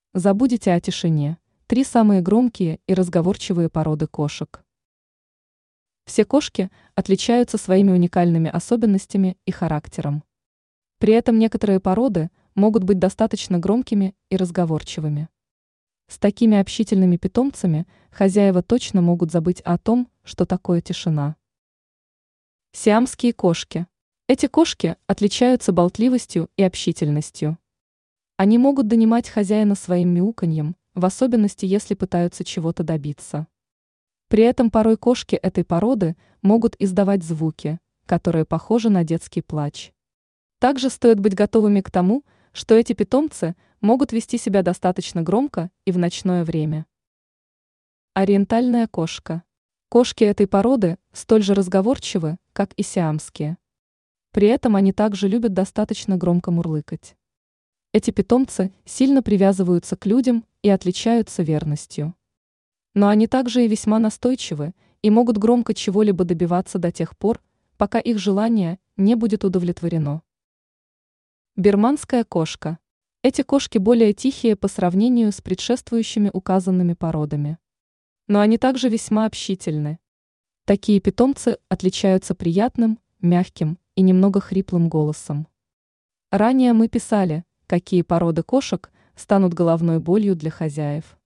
Забудете о тишине. 3 самые громкие и разговорчивые породы кошек. Все кошки отличаются своими уникальными особенностями и характером. При этом некоторые породы могут быть достаточно громкими и разговорчивыми. С такими общительными питомцами хозяева точно могут забыть о том, что такое тишина. Сиамские кошки. Эти кошки отличаются болтливостью и общительностью. Они могут донимать хозяина своим мяуканьем, в особенности если пытаются чего-то добиться. При этом порой кошки этой породы могут издавать звуки, которые похожи на детский плач. Также стоит быть готовыми к тому, что эти питомцы могут вести себя достаточно громко и в ночное время. Ориентальная кошка. Кошки этой породы столь же разговорчивы, как и сиамские. При этом они также любят достаточно громко мурлыкать. Эти питомцы сильно привязываются к людям и отличаются верностью. Но они также и весьма настойчивы и могут громко чего-либо добиваться до тех пор, пока их желание не будет удовлетворено. Бирманская кошка. Эти кошки более тихие по сравнению с предшествующими указанными породами. Но они также весьма общительны. Такие питомцы отличаются приятным, мягким и немного хриплым голосом. Ранее мы писали, какие породы кошек станут головной болью для хозяев.